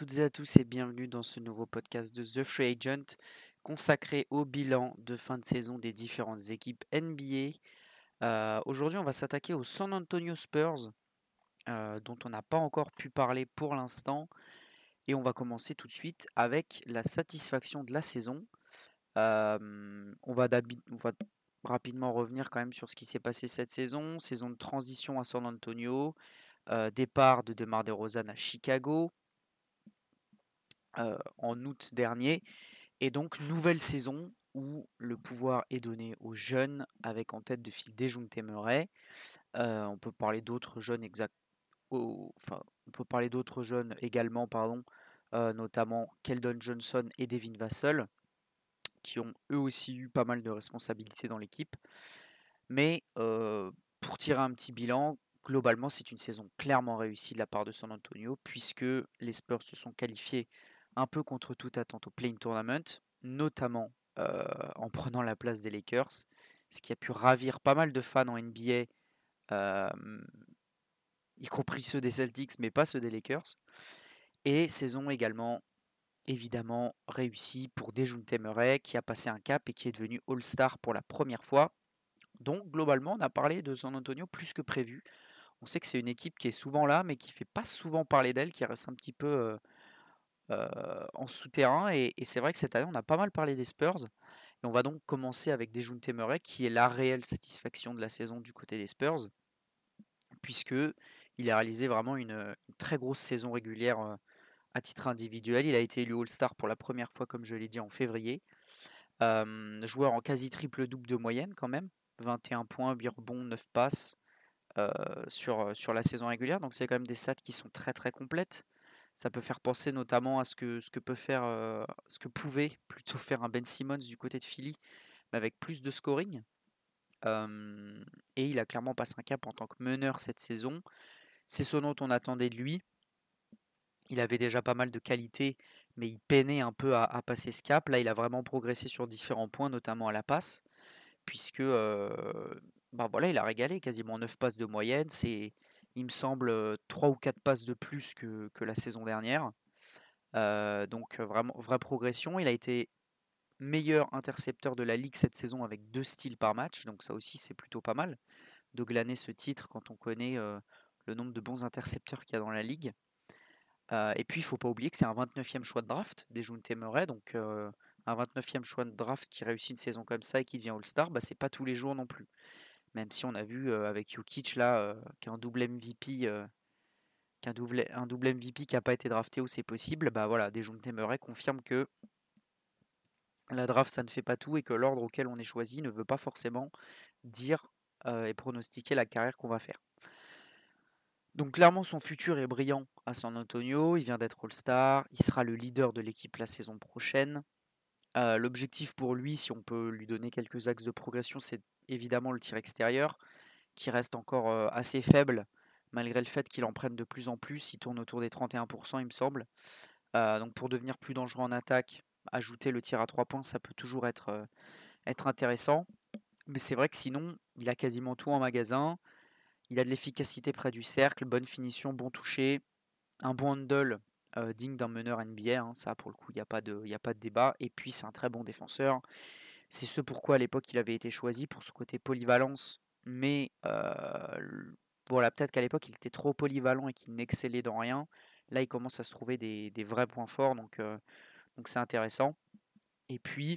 toutes et à tous et bienvenue dans ce nouveau podcast de The Free Agent consacré au bilan de fin de saison des différentes équipes NBA. Aujourd'hui, on va s'attaquer aux San Antonio Spurs, dont on n'a pas encore pu parler pour l'instant. Et on va commencer tout de suite avec la satisfaction de la saison. On va rapidement revenir quand même sur ce qui s'est passé cette saison. Saison de transition à San Antonio, départ de DeMar DeRozan à Chicago en août dernier. Et donc, nouvelle saison où le pouvoir est donné aux jeunes, avec en tête de file Dejounte Murray. On peut parler d'autres jeunes enfin, on peut parler d'autres jeunes également, pardon, notamment Keldon Johnson et Devin Vassell, qui ont eux aussi eu pas mal de responsabilités dans l'équipe. Mais pour tirer un petit bilan, globalement, c'est une saison clairement réussie de la part de San Antonio, puisque les Spurs se sont qualifiés un peu contre toute attente au Play-in Tournament, notamment en prenant la place des Lakers, ce qui a pu ravir pas mal de fans en NBA, y compris ceux des Celtics, mais pas ceux des Lakers. Et saison également, évidemment, réussie pour Dejounte Murray, qui a passé un cap et qui est devenu All-Star pour la première fois. Donc, globalement, on a parlé de San Antonio plus que prévu. On sait que c'est une équipe qui est souvent là, mais qui fait pas souvent parler d'elle, qui reste un petit peu en souterrain. Et c'est vrai que cette année, on a pas mal parlé des Spurs. Et on va donc commencer avec Dejounte Murray, qui est la réelle satisfaction de la saison du côté des Spurs, puisque il a réalisé vraiment une très grosse saison régulière à titre individuel. Il a été élu All-Star pour la première fois, comme je l'ai dit, en février. Joueur en quasi triple-double de moyenne quand même. 21 points, 8 rebonds, 9 passes sur la saison régulière. Donc c'est quand même des stats qui sont très très complètes. Ça peut faire penser notamment à ce que pouvait plutôt faire un Ben Simmons du côté de Philly, mais avec plus de scoring. Et il a clairement passé un cap en tant que meneur cette saison. C'est ce dont on attendait de lui. Il avait déjà pas mal de qualités, mais il peinait un peu à passer ce cap. Là, il a vraiment progressé sur différents points, notamment à la passe, puisque bah voilà, il a régalé, quasiment 9 passes de moyenne. C'est, il me semble, 3 ou 4 passes de plus que la saison dernière. Donc vraiment, vraie progression. Il a été meilleur intercepteur de la ligue cette saison avec 2 steals par match, donc ça aussi c'est plutôt pas mal de glaner ce titre quand on connaît le nombre de bons intercepteurs qu'il y a dans la ligue. Et puis il faut pas oublier que c'est un 29e choix de draft, Dejounte Murray, donc un 29e choix de draft qui réussit une saison comme ça et qui devient All-Star, bah, c'est pas tous les jours non plus. Même si on a vu avec Jokic là, qu'un double MVP, un double MVP qui n'a pas été drafté où c'est possible, bah voilà, Dejounte Murray confirme que la draft ça ne fait pas tout et que l'ordre auquel on est choisi ne veut pas forcément dire et pronostiquer la carrière qu'on va faire. Donc clairement son futur est brillant à San Antonio, il vient d'être All-Star, il sera le leader de l'équipe la saison prochaine. L'objectif pour lui, si on peut lui donner quelques axes de progression, c'est évidemment le tir extérieur, qui reste encore assez faible, malgré le fait qu'il en prenne de plus en plus. Il tourne autour des 31%, il me semble. Donc pour devenir plus dangereux en attaque, ajouter le tir à 3 points, ça peut toujours être intéressant. Mais c'est vrai que sinon, il a quasiment tout en magasin. Il a de l'efficacité près du cercle, bonne finition, bon toucher, un bon handle digne d'un meneur NBA, hein, ça pour le coup, il y a pas de débat. Et puis c'est un très bon défenseur. C'est ce pourquoi à l'époque il avait été choisi, pour ce côté polyvalence. Mais voilà, peut-être qu'à l'époque il était trop polyvalent et qu'il n'excellait dans rien. Là il commence à se trouver des vrais points forts, donc c'est intéressant. Et puis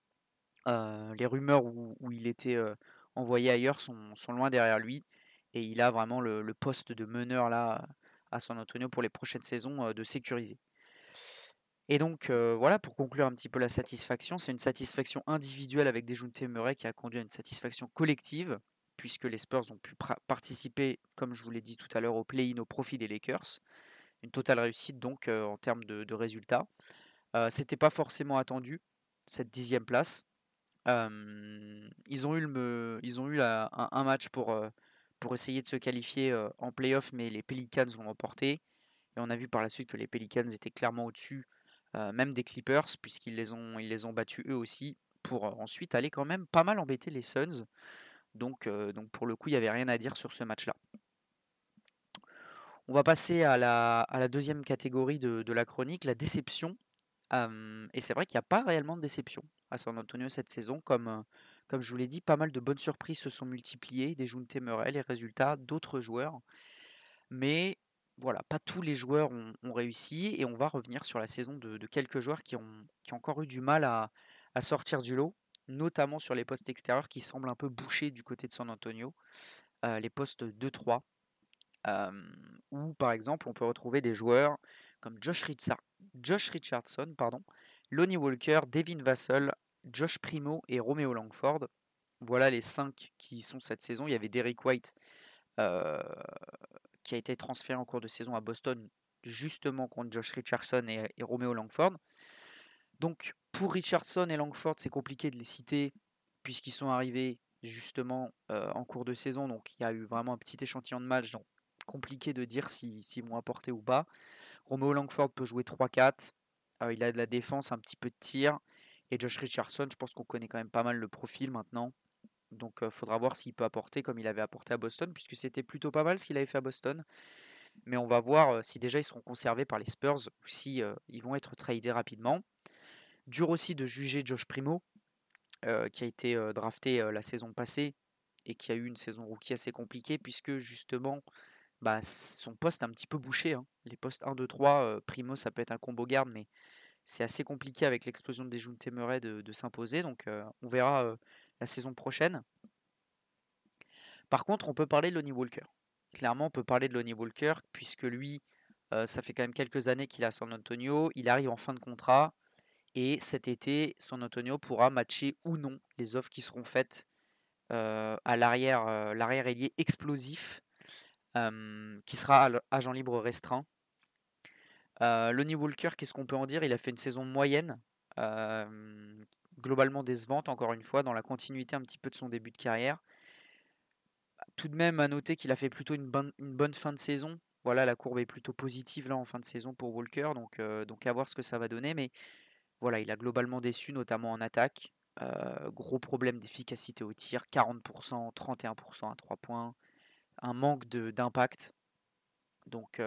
les rumeurs où il était envoyé ailleurs sont loin derrière lui. Et il a vraiment le poste de meneur là à San Antonio pour les prochaines saisons de sécuriser. Et donc voilà, pour conclure un petit peu la satisfaction, c'est une satisfaction individuelle avec Dejounte Murray qui a conduit à une satisfaction collective, puisque les Spurs ont pu participer, comme je vous l'ai dit tout à l'heure, au play-in au profit des Lakers. Une totale réussite donc en termes de résultats. C'était pas forcément attendu, cette 10e place. Ils ont eu un match pour essayer de se qualifier en playoff, mais les Pelicans l'ont emporté. Et on a vu par la suite que les Pelicans étaient clairement au-dessus, même des Clippers, ils les ont battus eux aussi, pour ensuite aller quand même pas mal embêter les Suns. Donc pour le coup, il n'y avait rien à dire sur ce match-là. On va passer à la deuxième catégorie de la chronique, la déception. Et c'est vrai qu'il n'y a pas réellement de déception à San Antonio cette saison. Comme je vous l'ai dit, pas mal de bonnes surprises se sont multipliées, des Dejounte Murray, les résultats d'autres joueurs. Mais voilà, pas tous les joueurs ont réussi. Et on va revenir sur la saison de quelques joueurs qui ont encore eu du mal à sortir du lot, notamment sur les postes extérieurs qui semblent un peu bouchés du côté de San Antonio, les postes 2-3. Où par exemple on peut retrouver des joueurs comme Josh Richardson, pardon, Lonnie Walker, Devin Vassell, Josh Primo et Romeo Langford. Voilà les 5 qui sont cette saison. Il y avait Derrick White euh, qui a été transféré en cours de saison à Boston justement contre Josh Richardson et Romeo Langford. Donc pour Richardson et Langford, c'est compliqué de les citer puisqu'ils sont arrivés justement en cours de saison. Donc il y a eu vraiment un petit échantillon de match. Donc compliqué de dire s'ils vont apporter ou pas. Romeo Langford peut jouer 3-4. Il a de la défense, un petit peu de tir. Et Josh Richardson, je pense qu'on connaît quand même pas mal le profil maintenant. Donc il faudra voir s'il peut apporter comme il avait apporté à Boston, puisque c'était plutôt pas mal ce qu'il avait fait à Boston. Mais on va voir si déjà ils seront conservés par les Spurs ou si ils vont être tradés rapidement. Dur aussi de juger Josh Primo, qui a été drafté la saison passée et qui a eu une saison rookie assez compliquée, puisque justement bah, son poste est un petit peu bouché, hein. Les postes 1, 2, 3, Primo, ça peut être un combo garde, mais c'est assez compliqué avec l'explosion des Dejounte Murray de s'imposer. Donc on verra la saison prochaine. Par contre, on peut parler de Lonnie Walker. Clairement, on peut parler de Lonnie Walker, puisque lui, ça fait quand même quelques années qu'il est à San Antonio. Il arrive en fin de contrat. Et cet été, San Antonio pourra matcher ou non les offres qui seront faites à l'arrière ailier explosif, qui sera agent libre restreint. Lonnie Walker, qu'est-ce qu'on peut en dire? Il a fait une saison moyenne, globalement décevante, encore une fois, dans la continuité un petit peu de son début de carrière. Tout de même, à noter qu'il a fait plutôt une bonne fin de saison. Voilà, la courbe est plutôt positive là en fin de saison pour Walker, donc à voir ce que ça va donner. Mais voilà, il a globalement déçu, notamment en attaque. Gros problème d'efficacité au tir, 40%, 31% à 3 points, un manque d'impact. Donc,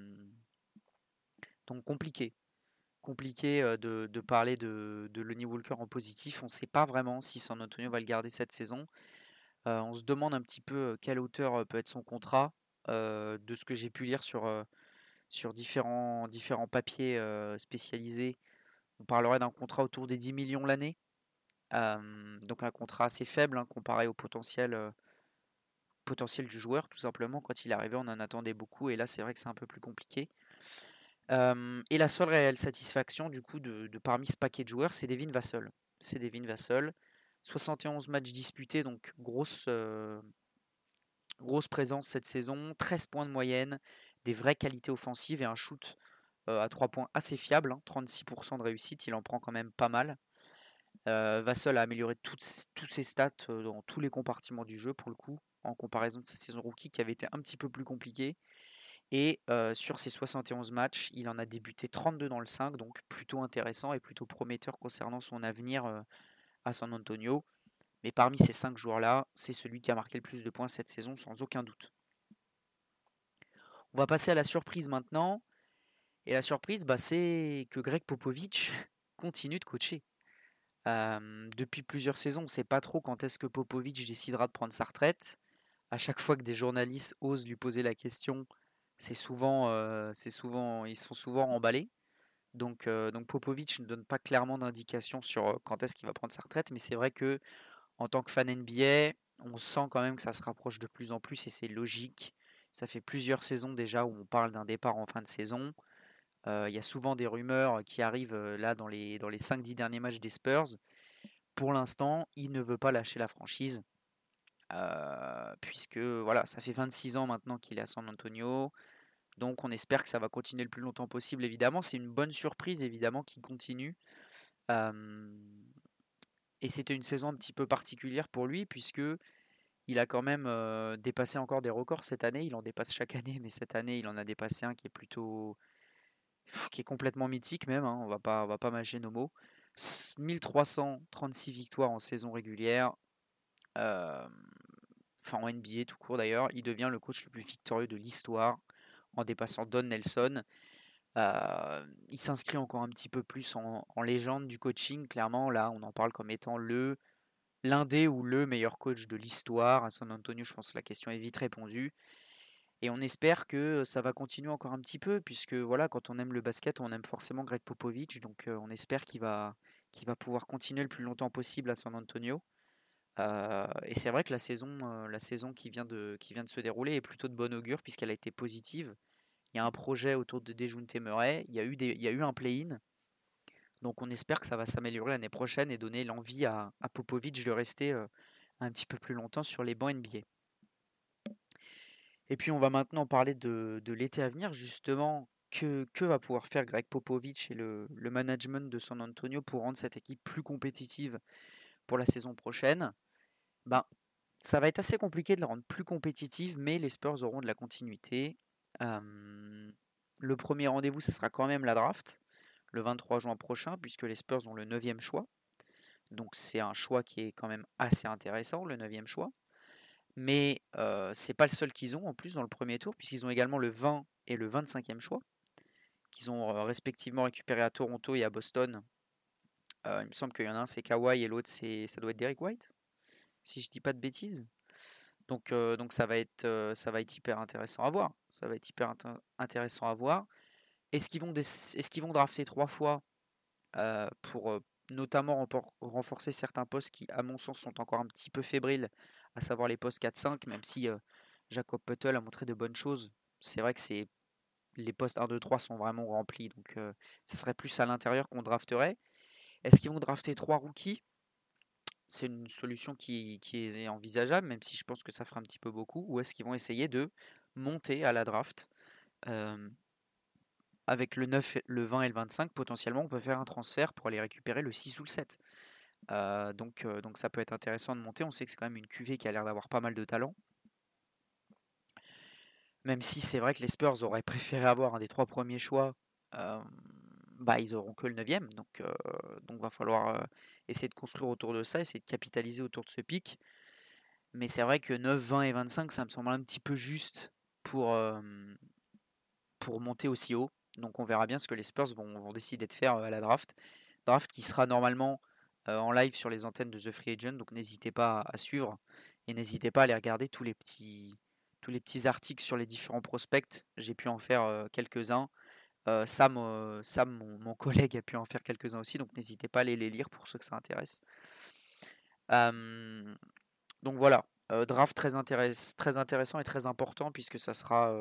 donc compliqué. Compliqué de parler de Lonnie Walker en positif. On ne sait pas vraiment si San Antonio va le garder cette saison. On se demande un petit peu quelle hauteur peut être son contrat. De ce que j'ai pu lire sur différents papiers spécialisés, on parlerait d'un contrat autour des 10 millions l'année. Donc un contrat assez faible hein, comparé au potentiel du joueur, tout simplement. Quand il est arrivé, on en attendait beaucoup et là, c'est vrai que c'est un peu plus compliqué. Et la seule réelle satisfaction du coup de parmi ce paquet de joueurs, c'est Devin Vassell. C'est Devin Vassell. 71 matchs disputés, donc grosse présence cette saison, 13 points de moyenne, des vraies qualités offensives et un shoot à 3 points assez fiable, hein, 36% de réussite, il en prend quand même pas mal. Vassell a amélioré tous ses stats dans tous les compartiments du jeu pour le coup, en comparaison de sa saison rookie qui avait été un petit peu plus compliquée. Et sur ses 71 matchs, il en a débuté 32 dans le 5, donc plutôt intéressant et plutôt prometteur concernant son avenir à San Antonio. Mais parmi ces 5 joueurs-là, c'est celui qui a marqué le plus de points cette saison, sans aucun doute. On va passer à la surprise maintenant. Et la surprise, bah, c'est que Greg Popovich continue de coacher. Depuis plusieurs saisons, on ne sait pas trop quand est-ce que Popovich décidera de prendre sa retraite. À chaque fois que des journalistes osent lui poser la question, ils se font souvent emballer. Donc Popovich ne donne pas clairement d'indication sur quand est-ce qu'il va prendre sa retraite, mais c'est vrai que en tant que fan NBA, on sent quand même que ça se rapproche de plus en plus et c'est logique. Ça fait plusieurs saisons déjà où on parle d'un départ en fin de saison. Il y a souvent des rumeurs qui arrivent là dans les 5-10 derniers matchs des Spurs. Pour l'instant, il ne veut pas lâcher la franchise. Puisque voilà, ça fait 26 ans maintenant qu'il est à San Antonio. Donc on espère que ça va continuer le plus longtemps possible, évidemment. C'est une bonne surprise, évidemment, qu'il continue. Euh, et c'était une saison un petit peu particulière pour lui, puisque il a quand même dépassé encore des records cette année. Il en dépasse chaque année, mais cette année, il en a dépassé un qui est complètement mythique même, hein, on va pas mâcher nos mots. 1336 victoires en saison régulière, enfin en NBA tout court d'ailleurs. Il devient le coach le plus victorieux de l'histoire en dépassant Don Nelson. Il s'inscrit encore un petit peu plus en légende du coaching. Clairement, là, on en parle comme étant l'un des ou le meilleur coach de l'histoire. À San Antonio, je pense que la question est vite répondue. Et on espère que ça va continuer encore un petit peu, puisque voilà, quand on aime le basket, on aime forcément Greg Popovich. Donc on espère qu'il va pouvoir continuer le plus longtemps possible à San Antonio. Et c'est vrai que la saison qui vient de se dérouler est plutôt de bon augure, puisqu'elle a été positive. Il y a un projet autour de Dejounte Murray, il y a eu un play-in. Donc on espère que ça va s'améliorer l'année prochaine et donner l'envie à Popovic de rester un petit peu plus longtemps sur les bancs NBA. Et puis on va maintenant parler de l'été à venir, justement, que va pouvoir faire Greg Popovich et le management de San Antonio pour rendre cette équipe plus compétitive pour la saison prochaine. Ben, ça va être assez compliqué de la rendre plus compétitive, mais les Spurs auront de la continuité. Le premier rendez-vous, ce sera quand même la draft, le 23 juin prochain, puisque les Spurs ont le 9e choix. Donc c'est un choix qui est quand même assez intéressant, le 9e choix. Mais c'est pas le seul qu'ils ont en plus dans le premier tour, puisqu'ils ont également le 20 et le 25e choix, qu'ils ont respectivement récupéré à Toronto et à Boston. Il me semble qu'il y en a un c'est Kawhi et l'autre ça doit être Derrick White, si je dis pas de bêtises. Donc ça va être hyper intéressant à voir. Ça va être hyper intéressant à voir. Est-ce qu'ils vont drafter 3 fois pour notamment renforcer certains postes qui, à mon sens, sont encore un petit peu fébriles, à savoir les postes 4-5, même si Jacob Poeltl a montré de bonnes choses. C'est vrai que les postes 1, 2, 3 sont vraiment remplis, donc ça serait plus à l'intérieur qu'on drafterait. Est-ce qu'ils vont drafter 3 rookies? C'est une solution qui est envisageable, même si je pense que ça fera un petit peu beaucoup. Ou est-ce qu'ils vont essayer de monter à la draft euh, avec le 9, le 20 et le 25, potentiellement, on peut faire un transfert pour aller récupérer le 6 ou le 7. Donc ça peut être intéressant de monter. On sait que c'est quand même une QV qui a l'air d'avoir pas mal de talent. Même si c'est vrai que les Spurs auraient préféré avoir un des 3 premiers choix, bah ils auront que le 9e. Donc va falloir essayer de construire autour de ça, essayer de capitaliser autour de ce pic. Mais c'est vrai que 9, 20 et 25, ça me semble un petit peu juste pour, pour monter aussi haut. Donc on verra bien ce que les Spurs vont décider de faire à la draft. Draft qui sera normalement en live sur les antennes de The Free Agent. Donc n'hésitez pas à suivre et n'hésitez pas à aller regarder tous les petits articles sur les différents prospects. J'ai pu en faire quelques-uns. Sam, mon collègue, a pu en faire quelques-uns aussi. Donc n'hésitez pas à aller les lire pour ceux que ça intéresse. Euh, donc voilà, draft très intéressant et très important puisque ça sera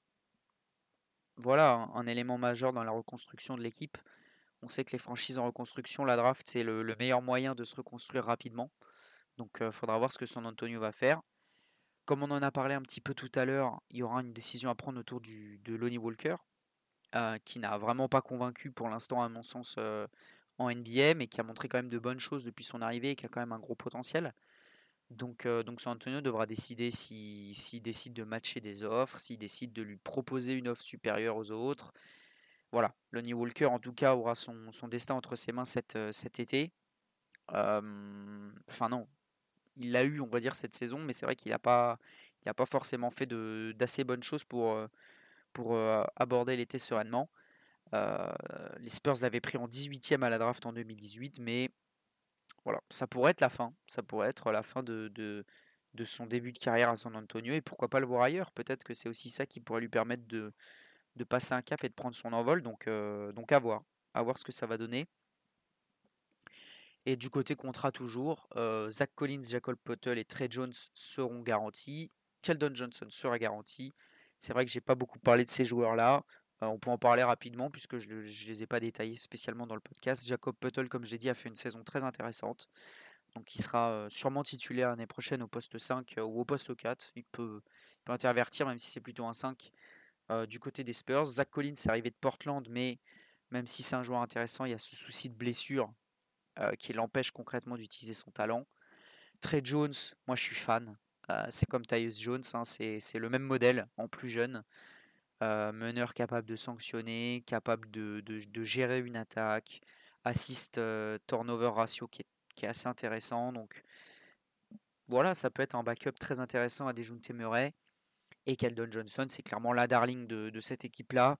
voilà, un élément majeur dans la reconstruction de l'équipe. On sait que les franchises en reconstruction, la draft, c'est le meilleur moyen de se reconstruire rapidement. Donc il faudra voir ce que San Antonio va faire. Comme on en a parlé un petit peu tout à l'heure, il y aura une décision à prendre autour de Lonnie Walker, qui n'a vraiment pas convaincu pour l'instant, à mon sens, en NBA, mais qui a montré quand même de bonnes choses depuis son arrivée et qui a quand même un gros potentiel. Donc San Antonio devra décider s'il décide de matcher des offres, s'il décide de lui proposer une offre supérieure aux autres. Voilà, Lonnie Walker en tout cas aura son destin entre ses mains cet été. Enfin non, il l'a eu on va dire cette saison, mais c'est vrai qu'il a pas forcément fait d'assez bonnes choses pour aborder l'été sereinement. Euh, les Spurs l'avaient pris en 18e à la draft en 2018, mais voilà, ça pourrait être la fin. Ça pourrait être la fin de son début de carrière à San Antonio et pourquoi pas le voir ailleurs. Peut-être que c'est aussi ça qui pourrait lui permettre de passer un cap et de prendre son envol. Donc à voir ce que ça va donner. Et du côté contrat toujours, Zach Collins, Jacob Poeltl et Trey Jones seront garantis. Keldon Johnson sera garanti. C'est vrai que j'ai pas beaucoup parlé de ces joueurs-là. On peut en parler rapidement puisque je ne les ai pas détaillés spécialement dans le podcast. Jacob Poeltl, comme je l'ai dit, a fait une saison très intéressante. Donc il sera sûrement titulaire l'année prochaine au poste 5 ou au poste 4. Il peut intervertir même si c'est plutôt un 5 du côté des Spurs. Zach Collins est arrivé de Portland, mais même si c'est un joueur intéressant, il y a ce souci de blessure qui l'empêche concrètement d'utiliser son talent. Trey Jones, moi je suis fan. C'est comme Tyus Jones, hein, c'est le même modèle en plus jeune. Meneur capable de sanctionner, capable de gérer une attaque, assist turnover ratio qui est assez intéressant. Donc voilà, ça peut être un backup très intéressant à Dejounte Murray. Et Keldon Johnson, c'est clairement la darling de cette équipe-là,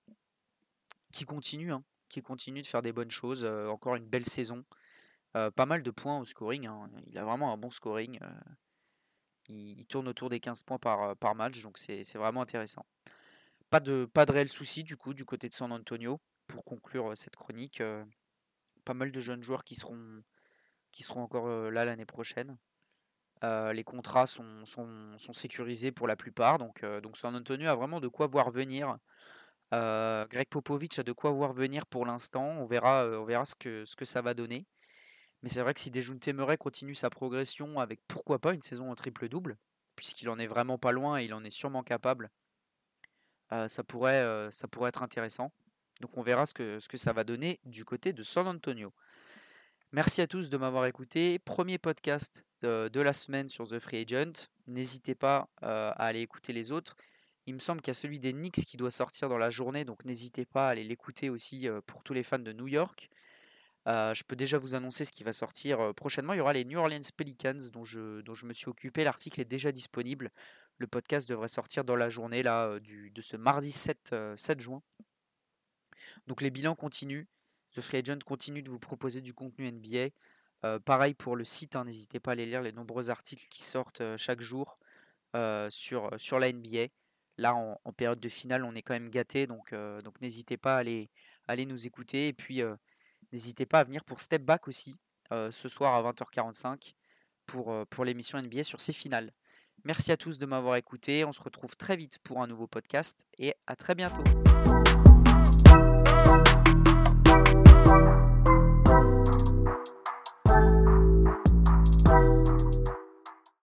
qui continue de faire des bonnes choses. Encore une belle saison. Pas mal de points au scoring, hein. Il a vraiment un bon scoring. Il tourne autour des 15 points par match, donc c'est vraiment intéressant. Pas de réel souci du coup du côté de San Antonio. Pour conclure cette chronique, pas mal de jeunes joueurs qui seront encore là l'année prochaine. Les contrats sont sécurisés pour la plupart, donc San Antonio a vraiment de quoi voir venir. Greg Popovich a de quoi voir venir pour l'instant. On verra ce que ça va donner. Mais c'est vrai que si Dejounte Murray continue sa progression avec pourquoi pas une saison en triple-double, puisqu'il en est vraiment pas loin et il en est sûrement capable, ça pourrait être intéressant. Donc on verra ce que ça va donner du côté de San Antonio. Merci à tous de m'avoir écouté. Premier podcast de la semaine sur The Free Agent. N'hésitez pas à aller écouter les autres. Il me semble qu'il y a celui des Knicks qui doit sortir dans la journée, donc n'hésitez pas à aller l'écouter aussi pour tous les fans de New York. Je peux déjà vous annoncer ce qui va sortir prochainement. Il y aura les New Orleans Pelicans dont je me suis occupé. L'article est déjà disponible. Le podcast devrait sortir dans la journée là, de ce mardi 7 juin. Donc les bilans continuent. The Free Agent continue de vous proposer du contenu NBA. Pareil pour le site, hein, n'hésitez pas à aller lire les nombreux articles qui sortent chaque jour sur la NBA. Là, en période de finale, on est quand même gâté, donc n'hésitez pas à aller nous écouter. Et puis, n'hésitez pas à venir pour Step Back aussi, ce soir à 20h45 pour l'émission NBA sur ces finales. Merci à tous de m'avoir écouté. On se retrouve très vite pour un nouveau podcast et à très bientôt.